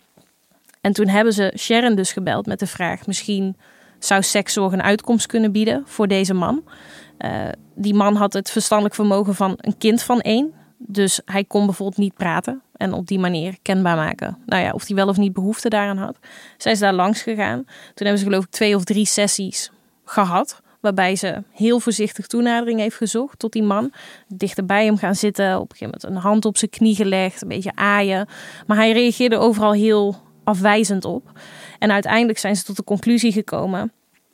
En toen hebben ze Sharon dus gebeld met de vraag, misschien zou sekszorg een uitkomst kunnen bieden voor deze man. Uh, die man had het verstandelijk vermogen van een kind van één. Dus hij kon bijvoorbeeld niet praten en op die manier kenbaar maken. Nou ja, of hij wel of niet behoefte daaraan had. Zij is daar langs gegaan. Toen hebben ze geloof ik twee of drie sessies gehad. Waarbij ze heel voorzichtig toenadering heeft gezocht tot die man. Dichter bij hem gaan zitten. Op een gegeven moment een hand op zijn knie gelegd. Een beetje aaien. Maar hij reageerde overal heel afwijzend op. En uiteindelijk zijn ze tot de conclusie gekomen.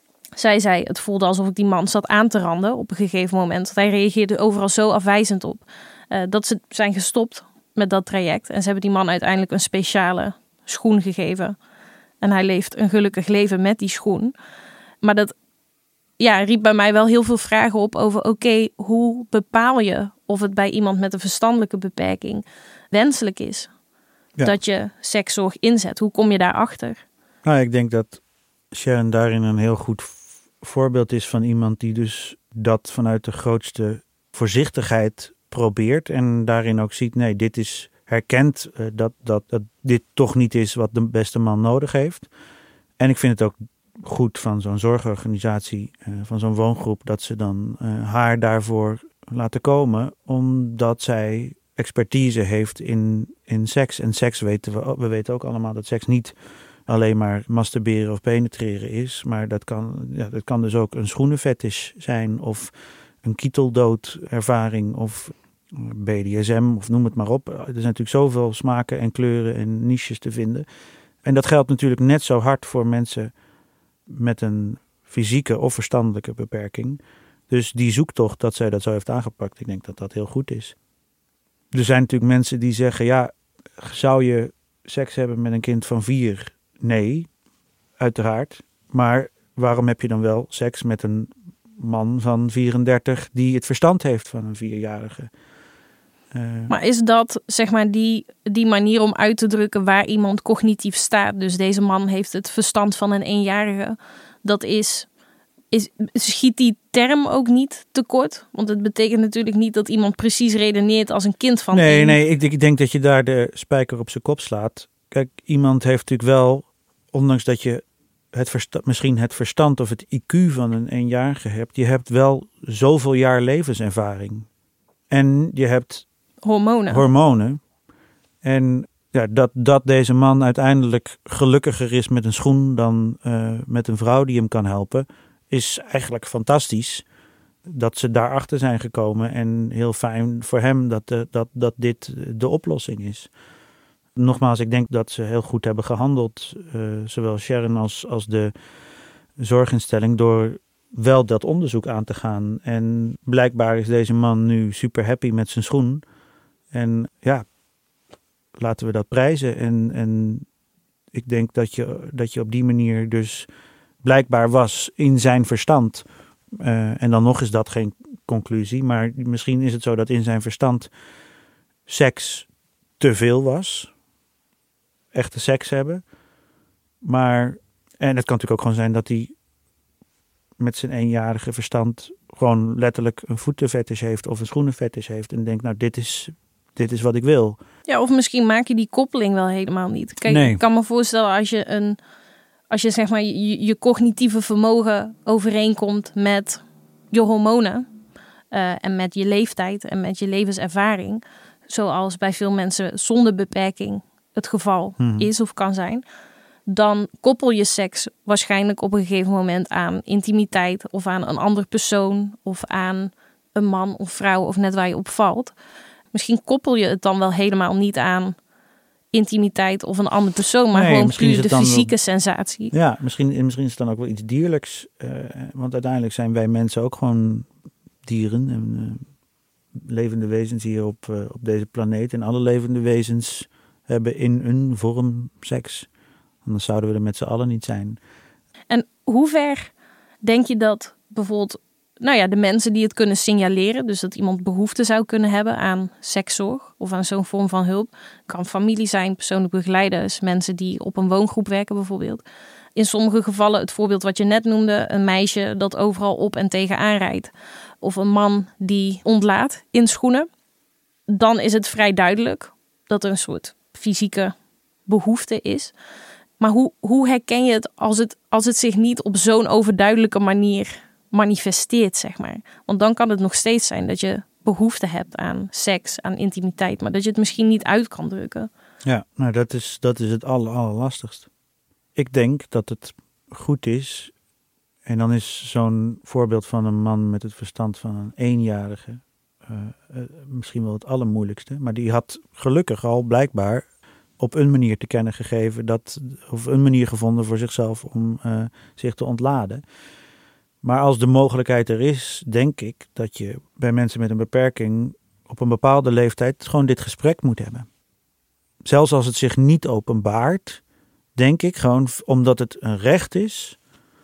Zij zei, het voelde alsof ik die man zat aan te randen op een gegeven moment. Want hij reageerde overal zo afwijzend op. Uh, dat ze zijn gestopt met dat traject. En ze hebben die man uiteindelijk een speciale schoen gegeven. En hij leeft een gelukkig leven met die schoen. Maar dat ja, riep bij mij wel heel veel vragen op over, oké, okay, hoe bepaal je of het bij iemand met een verstandelijke beperking wenselijk is? Ja. Dat je sekszorg inzet. Hoe kom je daarachter? Nou, ik denk dat Sharon daarin een heel goed voorbeeld is van iemand die dus dat vanuit de grootste voorzichtigheid probeert en daarin ook ziet, nee, dit is herkend uh, dat, dat, dat dit toch niet is wat de beste man nodig heeft. En ik vind het ook goed van zo'n zorgorganisatie, uh, van zo'n woongroep, dat ze dan uh, haar daarvoor laten komen, omdat zij expertise heeft in, in seks. En seks weten we, we weten ook allemaal dat seks niet alleen maar masturberen of penetreren is, maar dat kan, ja, dat kan dus ook een schoenenfetish zijn of een kieteldoodervaring of B D S M of noem het maar op. Er zijn natuurlijk zoveel smaken en kleuren en niches te vinden. En dat geldt natuurlijk net zo hard voor mensen met een fysieke of verstandelijke beperking. Dus die zoektocht dat zij dat zo heeft aangepakt, ik denk dat dat heel goed is. Er zijn natuurlijk mensen die zeggen, ja, zou je seks hebben met een kind van vier? Nee, uiteraard. Maar waarom heb je dan wel seks met een man van vierendertig die het verstand heeft van een vierjarige? Uh, maar is dat, zeg maar, die, die manier om uit te drukken waar iemand cognitief staat? Dus deze man heeft het verstand van een eenjarige. Dat is, is, schiet die term ook niet tekort? Want het betekent natuurlijk niet dat iemand precies redeneert als een kind van Nee, één. nee, ik, ik denk dat je daar de spijker op zijn kop slaat. Kijk, iemand heeft natuurlijk wel ondanks dat je het versta- misschien het verstand of het I Q van een eenjarige hebt, je hebt wel zoveel jaar levenservaring. En je hebt Hormonen. hormonen. En ja, dat, dat deze man uiteindelijk gelukkiger is met een schoen dan uh, met een vrouw die hem kan helpen, is eigenlijk fantastisch. Dat ze daarachter zijn gekomen en heel fijn voor hem dat, de, dat, dat dit de oplossing is. Nogmaals, ik denk dat ze heel goed hebben gehandeld, uh, zowel Sharon als, als de zorginstelling, door wel dat onderzoek aan te gaan. En blijkbaar is deze man nu super happy met zijn schoen. En ja, laten we dat prijzen. En, en ik denk dat je, dat je op die manier dus blijkbaar was in zijn verstand. Uh, en dan nog is dat geen conclusie. Maar misschien is het zo dat in zijn verstand seks te veel was. Echte seks hebben. Maar, en het kan natuurlijk ook gewoon zijn dat hij met zijn eenjarige verstand gewoon letterlijk een voetenfetish heeft of een schoenenfetish heeft. En denkt, nou dit is, dit is wat ik wil. Ja, of misschien maak je die koppeling wel helemaal niet. Kijk, nee. Ik kan me voorstellen als je een, als je zeg maar je, je cognitieve vermogen overeenkomt met je hormonen uh, en met je leeftijd en met je levenservaring, zoals bij veel mensen zonder beperking het geval hmm. is of kan zijn, dan koppel je seks waarschijnlijk op een gegeven moment aan intimiteit of aan een andere persoon of aan een man of vrouw of net waar je op valt. Misschien koppel je het dan wel helemaal niet aan intimiteit of een andere persoon, maar nee, gewoon puur de fysieke wel, sensatie. Ja, misschien, misschien is het dan ook wel iets dierlijks. Uh, want uiteindelijk zijn wij mensen ook gewoon dieren en uh, levende wezens hier op, uh, op deze planeet. En alle levende wezens hebben in een vorm seks. Anders zouden we er met z'n allen niet zijn. En hoe ver denk je dat bijvoorbeeld, nou ja, de mensen die het kunnen signaleren, dus dat iemand behoefte zou kunnen hebben aan sekszorg of aan zo'n vorm van hulp, kan familie zijn, persoonlijk begeleiders, mensen die op een woongroep werken bijvoorbeeld. In sommige gevallen, het voorbeeld wat je net noemde, een meisje dat overal op en tegenaan rijdt, of een man die ontlaat in schoenen, dan is het vrij duidelijk dat er een soort fysieke behoefte is. Maar hoe, hoe herken je het als, het als het zich niet op zo'n overduidelijke manier manifesteert, zeg maar? Want dan kan het nog steeds zijn dat je behoefte hebt aan seks, aan intimiteit, maar dat je het misschien niet uit kan drukken. Ja, nou dat is, dat is het aller, allerlastigst. Ik denk dat het goed is, en dan is zo'n voorbeeld van een man met het verstand van een eenjarige uh, uh, misschien wel het allermoeilijkste, maar die had gelukkig al blijkbaar op een manier te kennen gegeven, dat, of een manier gevonden voor zichzelf om uh, zich te ontladen. Maar als de mogelijkheid er is, denk ik dat je bij mensen met een beperking op een bepaalde leeftijd gewoon dit gesprek moet hebben. Zelfs als het zich niet openbaart, denk ik gewoon omdat het een recht is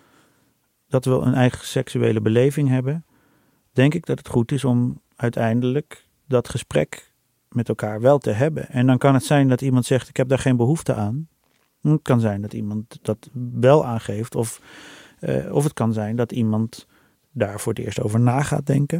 dat we een eigen seksuele beleving hebben, denk ik dat het goed is om uiteindelijk dat gesprek met elkaar wel te hebben. En dan kan het zijn dat iemand zegt, ik heb daar geen behoefte aan. Het kan zijn dat iemand dat wel aangeeft. Of, uh, of het kan zijn dat iemand daar voor het eerst over na gaat denken.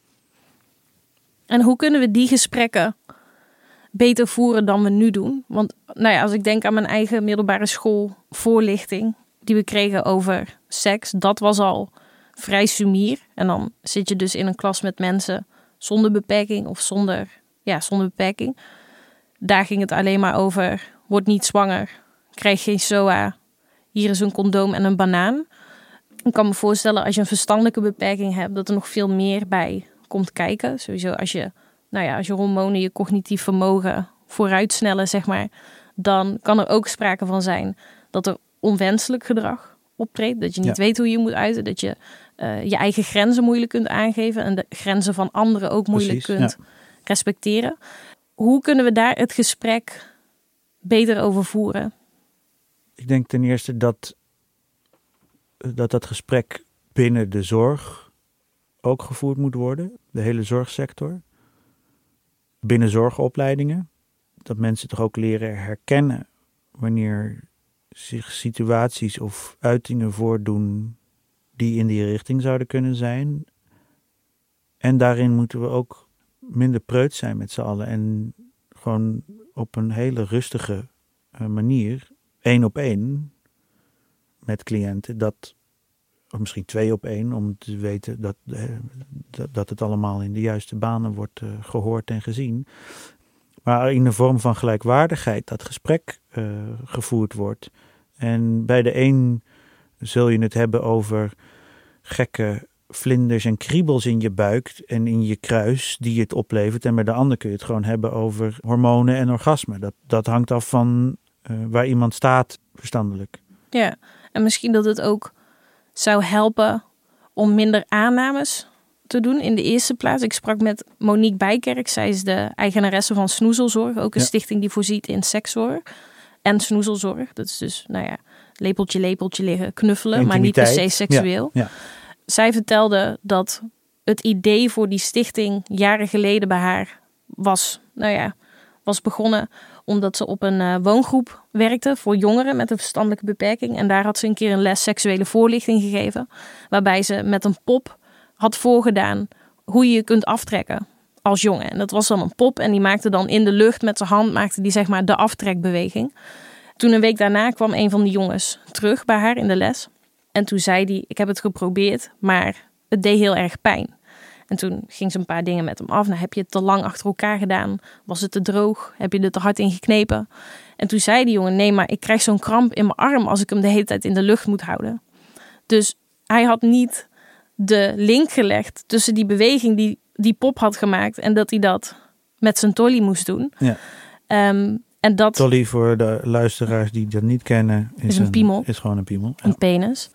En hoe kunnen we die gesprekken beter voeren dan we nu doen? Want nou ja, als ik denk aan mijn eigen middelbare school voorlichting die we kregen over seks, dat was al vrij sumier. En dan zit je dus in een klas met mensen zonder beperking of zonder, ja, zonder beperking. Daar ging het alleen maar over, word niet zwanger, krijg geen S O A, hier is een condoom en een banaan. Ik kan me voorstellen als je een verstandelijke beperking hebt, dat er nog veel meer bij komt kijken. Sowieso als je, nou ja, als je hormonen je cognitief vermogen vooruitsnellen, zeg maar, dan kan er ook sprake van zijn dat er onwenselijk gedrag optreedt. Dat je niet ja. weet hoe je moet uiten, dat je uh, je eigen grenzen moeilijk kunt aangeven en de grenzen van anderen ook moeilijk Precies, kunt ja. respecteren. Hoe kunnen we daar het gesprek beter over voeren? Ik denk ten eerste dat dat, dat gesprek binnen de zorg ook gevoerd moet worden. De hele zorgsector. Binnen zorgopleidingen. Dat mensen toch ook leren herkennen wanneer zich situaties of uitingen voordoen die in die richting zouden kunnen zijn. En daarin moeten we ook minder preuts zijn met z'n allen en gewoon op een hele rustige uh, manier, één op één, met cliënten. Dat, of misschien twee op één, om te weten dat, uh, dat, dat het allemaal in de juiste banen wordt uh, gehoord en gezien. Maar in de vorm van gelijkwaardigheid dat gesprek uh, gevoerd wordt. En bij de een zul je het hebben over gekke vlinders en kriebels in je buik en in je kruis die het oplevert. En bij de ander kun je het gewoon hebben over hormonen en orgasme. Dat, dat hangt af van uh, waar iemand staat verstandelijk. Ja, en misschien dat het ook zou helpen om minder aannames te doen in de eerste plaats. Ik sprak met Monique Bijkerk. Zij is de eigenaresse van Snoezelzorg. Ook een ja. stichting die voorziet in sekszorg en snoezelzorg. Dat is dus, nou ja, lepeltje, lepeltje liggen, knuffelen, Intimiteit. Maar niet per se seksueel. Ja. Ja. Zij vertelde dat het idee voor die stichting jaren geleden bij haar was, nou ja, was begonnen omdat ze op een uh, woongroep werkte voor jongeren met een verstandelijke beperking. En daar had ze een keer een les seksuele voorlichting gegeven, waarbij ze met een pop had voorgedaan hoe je je kunt aftrekken als jongen. En dat was dan een pop en die maakte dan in de lucht met zijn hand, maakte die zeg maar de aftrekbeweging. Toen een week daarna kwam een van die jongens terug bij haar in de les. En toen zei hij, ik heb het geprobeerd, maar het deed heel erg pijn. En toen ging ze een paar dingen met hem af. Nou, heb je het te lang achter elkaar gedaan? Was het te droog? Heb je er te hard in geknepen? En toen zei die jongen, nee, maar ik krijg zo'n kramp in mijn arm als ik hem de hele tijd in de lucht moet houden. Dus hij had niet de link gelegd tussen die beweging die die pop had gemaakt en dat hij dat met zijn tolly moest doen. Ja. Um, en dat tolly, voor de luisteraars die dat niet kennen, is, is een, een piemel. Is gewoon een piemel. Ja. Een penis.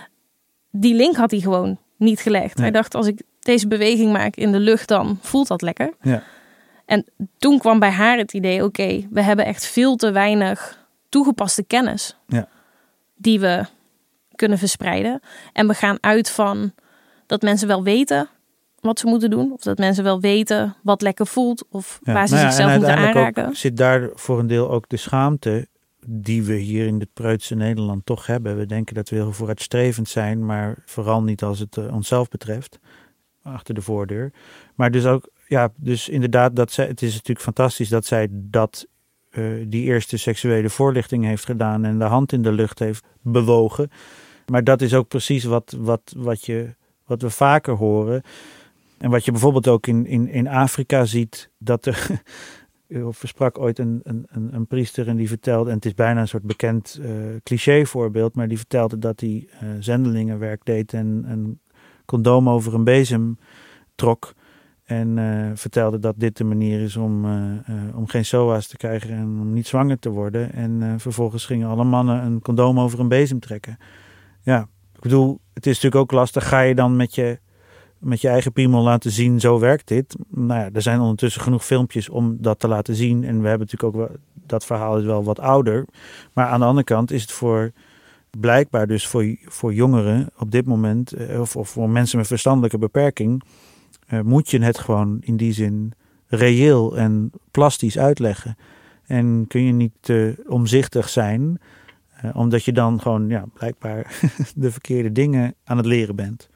Die link had hij gewoon niet gelegd. Nee. Hij dacht, als ik deze beweging maak in de lucht, dan voelt dat lekker. Ja. En toen kwam bij haar het idee, oké, okay, we hebben echt veel te weinig toegepaste kennis ja. die we kunnen verspreiden. En we gaan uit van dat mensen wel weten wat ze moeten doen. Of dat mensen wel weten wat lekker voelt. Of ja, waar ze nou ja, zichzelf moeten aanraken. Ook zit daar voor een deel ook de schaamte die we hier in het preutse Nederland toch hebben. We denken dat we heel vooruitstrevend zijn, maar vooral niet als het uh, onszelf betreft. Achter de voordeur. Maar dus ook, ja, dus inderdaad, dat zij, het is natuurlijk fantastisch dat zij dat, uh, die eerste seksuele voorlichting heeft gedaan en de hand in de lucht heeft bewogen. Maar dat is ook precies wat, wat, wat, je, wat we vaker horen. En wat je bijvoorbeeld ook in, in, in Afrika ziet, dat er, of er sprak ooit een, een, een priester en die vertelde, en het is bijna een soort bekend uh, cliché voorbeeld, maar die vertelde dat hij uh, zendelingenwerk deed en een condoom over een bezem trok. En uh, vertelde dat dit de manier is om, uh, uh, om geen S O A's te krijgen en om niet zwanger te worden. En uh, vervolgens gingen alle mannen een condoom over een bezem trekken. Ja, ik bedoel, het is natuurlijk ook lastig. Ga je dan met je, met je eigen piemel laten zien, zo werkt dit? Nou ja, er zijn ondertussen genoeg filmpjes om dat te laten zien. En we hebben natuurlijk ook wel, dat verhaal is wel wat ouder. Maar aan de andere kant is het voor, blijkbaar dus voor, voor jongeren op dit moment, of, of voor mensen met verstandelijke beperking, Uh, moet je het gewoon in die zin reëel en plastisch uitleggen. En kun je niet uh, omzichtig zijn, uh, omdat je dan gewoon ja, blijkbaar de verkeerde dingen aan het leren bent.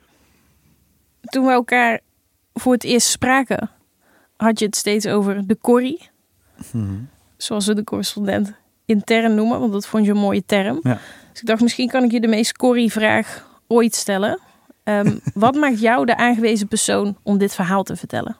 Toen we elkaar voor het eerst spraken, had je het steeds over de corrie. Hmm. Zoals we de correspondent intern noemen, want dat vond je een mooie term. Ja. Dus ik dacht, misschien kan ik je de meest corrie-vraag ooit stellen. Um, wat maakt jou de aangewezen persoon om dit verhaal te vertellen?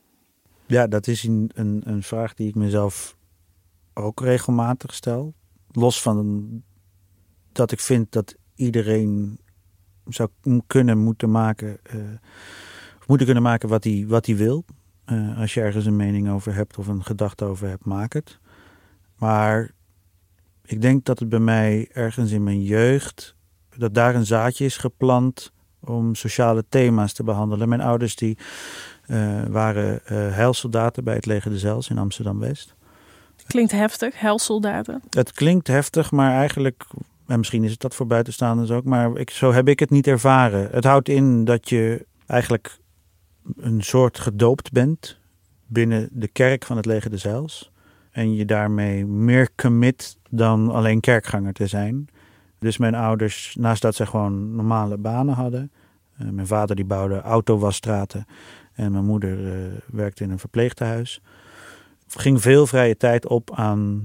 Ja, dat is een, een, een vraag die ik mezelf ook regelmatig stel. Los van dat ik vind dat iedereen zou kunnen moeten maken, uh, moeten kunnen maken wat hij wat hij wil. Uh, als je ergens een mening over hebt of een gedachte over hebt, maak het. Maar ik denk dat het bij mij ergens in mijn jeugd, dat daar een zaadje is geplant om sociale thema's te behandelen. Mijn ouders die uh, waren uh, heilsoldaten bij het Leger des Heils in Amsterdam-West. Klinkt heftig, heilsoldaten. Het klinkt heftig, maar eigenlijk, en misschien is het dat voor buitenstaanders ook, maar ik, zo heb ik het niet ervaren. Het houdt in dat je eigenlijk een soort gedoopt bent binnen de kerk van het Leger des Heils. En je daarmee meer commit dan alleen kerkganger te zijn. Dus mijn ouders, naast dat ze gewoon normale banen hadden. Uh, mijn vader die bouwde autowasstraten. En mijn moeder uh, werkte in een verpleegtehuis. Er ging veel vrije tijd op aan,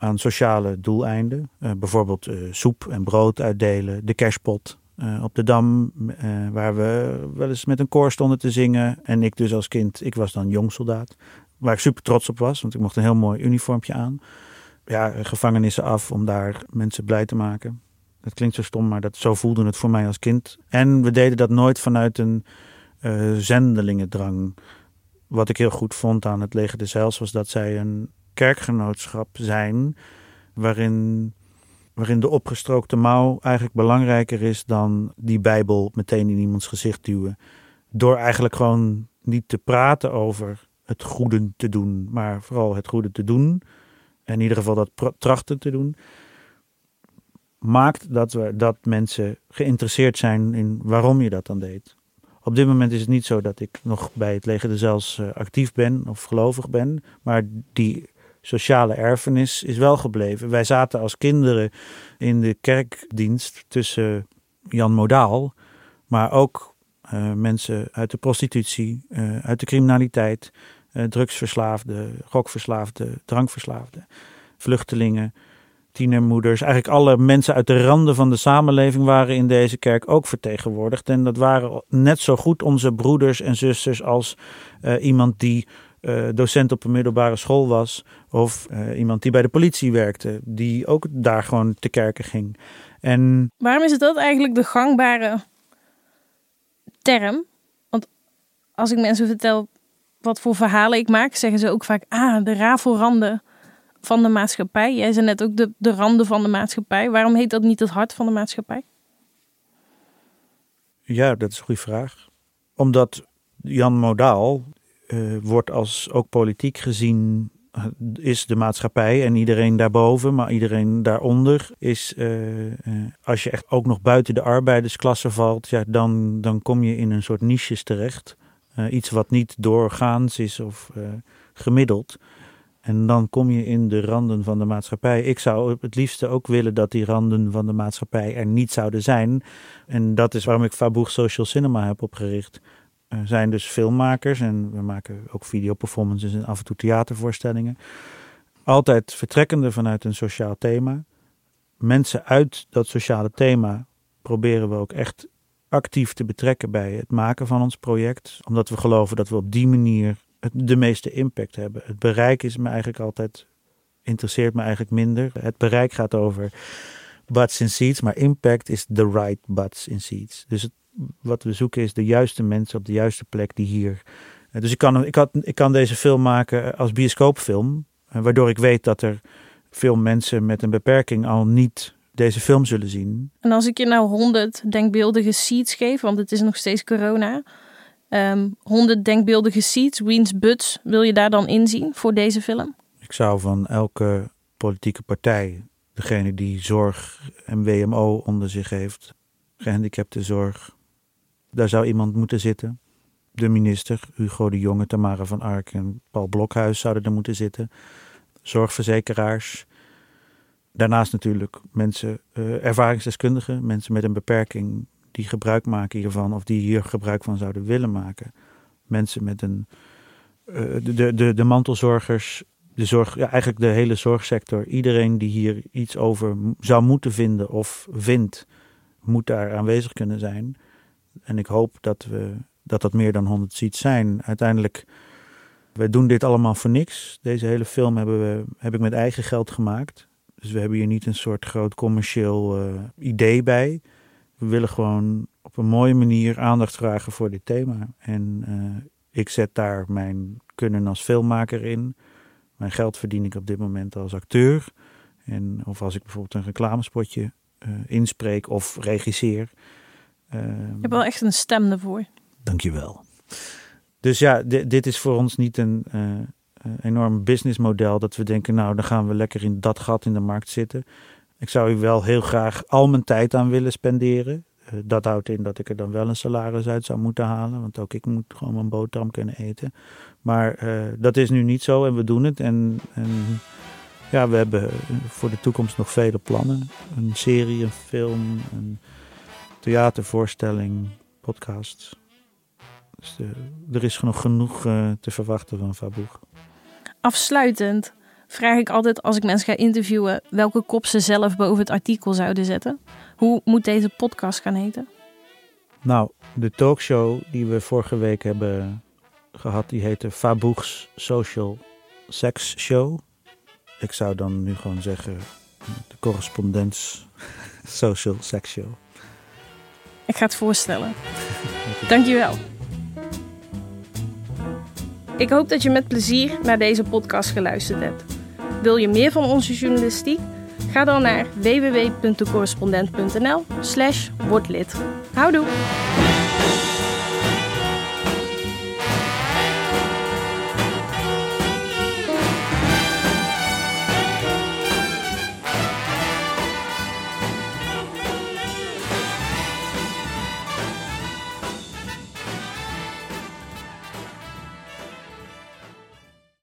aan sociale doeleinden. Uh, bijvoorbeeld uh, soep en brood uitdelen, de kerstpot uh, op de Dam, uh, waar we wel eens met een koor stonden te zingen. En ik dus als kind, ik was dan jongsoldaat, waar ik super trots op was, want ik mocht een heel mooi uniformpje aan. Ja, gevangenissen af om daar mensen blij te maken. Dat klinkt zo stom, maar dat, zo voelde het voor mij als kind. En we deden dat nooit vanuit een uh, zendelingendrang. Wat ik heel goed vond aan het Leger des Heils was dat zij een kerkgenootschap zijn waarin, waarin de opgestrookte mouw eigenlijk belangrijker is dan die Bijbel meteen in iemands gezicht duwen. Door eigenlijk gewoon niet te praten over het goede te doen, maar vooral het goede te doen. En in ieder geval dat pra- trachten te doen. Maakt dat, we, dat mensen geïnteresseerd zijn in waarom je dat dan deed. Op dit moment is het niet zo dat ik nog bij het Leger des Heils uh, actief ben of gelovig ben. Maar die sociale erfenis is wel gebleven. Wij zaten als kinderen in de kerkdienst tussen Jan Modaal, maar ook uh, mensen uit de prostitutie, uh, uit de criminaliteit, uh, drugsverslaafden, gokverslaafden, drankverslaafden, vluchtelingen, tienermoeders. Eigenlijk alle mensen uit de randen van de samenleving waren in deze kerk ook vertegenwoordigd. En dat waren net zo goed onze broeders en zusters als uh, iemand die uh, docent op een middelbare school was. Of uh, iemand die bij de politie werkte, die ook daar gewoon te kerken ging. En waarom is dat eigenlijk de gangbare term? Want als ik mensen vertel wat voor verhalen ik maak, zeggen ze ook vaak, ah, de rafelranden van de maatschappij. Jij zei net ook de, de randen van de maatschappij. Waarom heet dat niet het hart van de maatschappij? Ja, dat is een goede vraag. Omdat Jan Modaal uh, wordt als ook politiek gezien, uh, is de maatschappij en iedereen daarboven, maar iedereen daaronder is, uh, uh, als je echt ook nog buiten de arbeidersklasse valt, ja, dan, dan kom je in een soort niches terecht. Uh, iets wat niet doorgaans is of uh, gemiddeld. En dan kom je in de randen van de maatschappij. Ik zou het liefste ook willen dat die randen van de maatschappij er niet zouden zijn. En dat is waarom ik Faboeg Social Cinema heb opgericht. Er zijn dus filmmakers en we maken ook videoperformances en af en toe theatervoorstellingen. Altijd vertrekkende vanuit een sociaal thema. Mensen uit dat sociale thema proberen we ook echt actief te betrekken bij het maken van ons project. Omdat we geloven dat we op die manier de meeste impact hebben. Het bereik is me eigenlijk altijd, interesseert me eigenlijk minder. Het bereik gaat over butts in seats, maar impact is the right butts in seats. Dus het, wat we zoeken is de juiste mensen op de juiste plek die hier. Dus ik kan, ik had, ik kan deze film maken als bioscoopfilm, waardoor ik weet dat er veel mensen met een beperking al niet deze film zullen zien. En als ik je nou honderd denkbeeldige seats geef, want het is nog steeds corona, Um, honderd denkbeeldige seats, wiens butts wil je daar dan inzien voor deze film? Ik zou van elke politieke partij, degene die zorg en W M O onder zich heeft, gehandicaptenzorg, daar zou iemand moeten zitten. De minister, Hugo de Jonge, Tamara van Ark en Paul Blokhuis zouden er moeten zitten. Zorgverzekeraars. Daarnaast natuurlijk mensen, uh, ervaringsdeskundigen, mensen met een beperking die gebruik maken hiervan of die hier gebruik van zouden willen maken. Mensen met een, uh, de, de, de, de mantelzorgers, de zorg, ja, eigenlijk de hele zorgsector. Iedereen die hier iets over zou moeten vinden of vindt, moet daar aanwezig kunnen zijn. En ik hoop dat we, dat, dat meer dan honderd seats zijn. Uiteindelijk, we doen dit allemaal voor niks. Deze hele film hebben we, heb ik met eigen geld gemaakt. Dus we hebben hier niet een soort groot commercieel uh, idee bij. We willen gewoon op een mooie manier aandacht vragen voor dit thema. En uh, ik zet daar mijn kunnen als filmmaker in. Mijn geld verdien ik op dit moment als acteur. En, of als ik bijvoorbeeld een reclamespotje uh, inspreek of regisseer. Uh, je hebt wel echt een stem ervoor. Dankjewel. Dus ja, d- dit is voor ons niet een uh, uh, enorm businessmodel dat we denken, nou dan gaan we lekker in dat gat in de markt zitten. Ik zou hier wel heel graag al mijn tijd aan willen spenderen. Uh, dat houdt in dat ik er dan wel een salaris uit zou moeten halen. Want ook ik moet gewoon mijn boterham kunnen eten. Maar uh, dat is nu niet zo en we doen het. En, en ja, we hebben voor de toekomst nog vele plannen. Een serie, een film, een theatervoorstelling, podcast. Dus uh, er is nog genoeg uh, te verwachten van Faboeg. Afsluitend. vraag ik altijd als ik mensen ga interviewen welke kop ze zelf boven het artikel zouden zetten. Hoe moet deze podcast gaan heten? Nou, de talkshow die we vorige week hebben gehad, die heette Faboegs Social Sex Show. Ik zou dan nu gewoon zeggen de Correspondents Social Sex Show. Ik ga het voorstellen. Dankjewel. Ik hoop dat je met plezier naar deze podcast geluisterd hebt. Wil je meer van onze journalistiek? Ga dan naar w w w punt de correspondent punt n l slash word lid. Houdoe!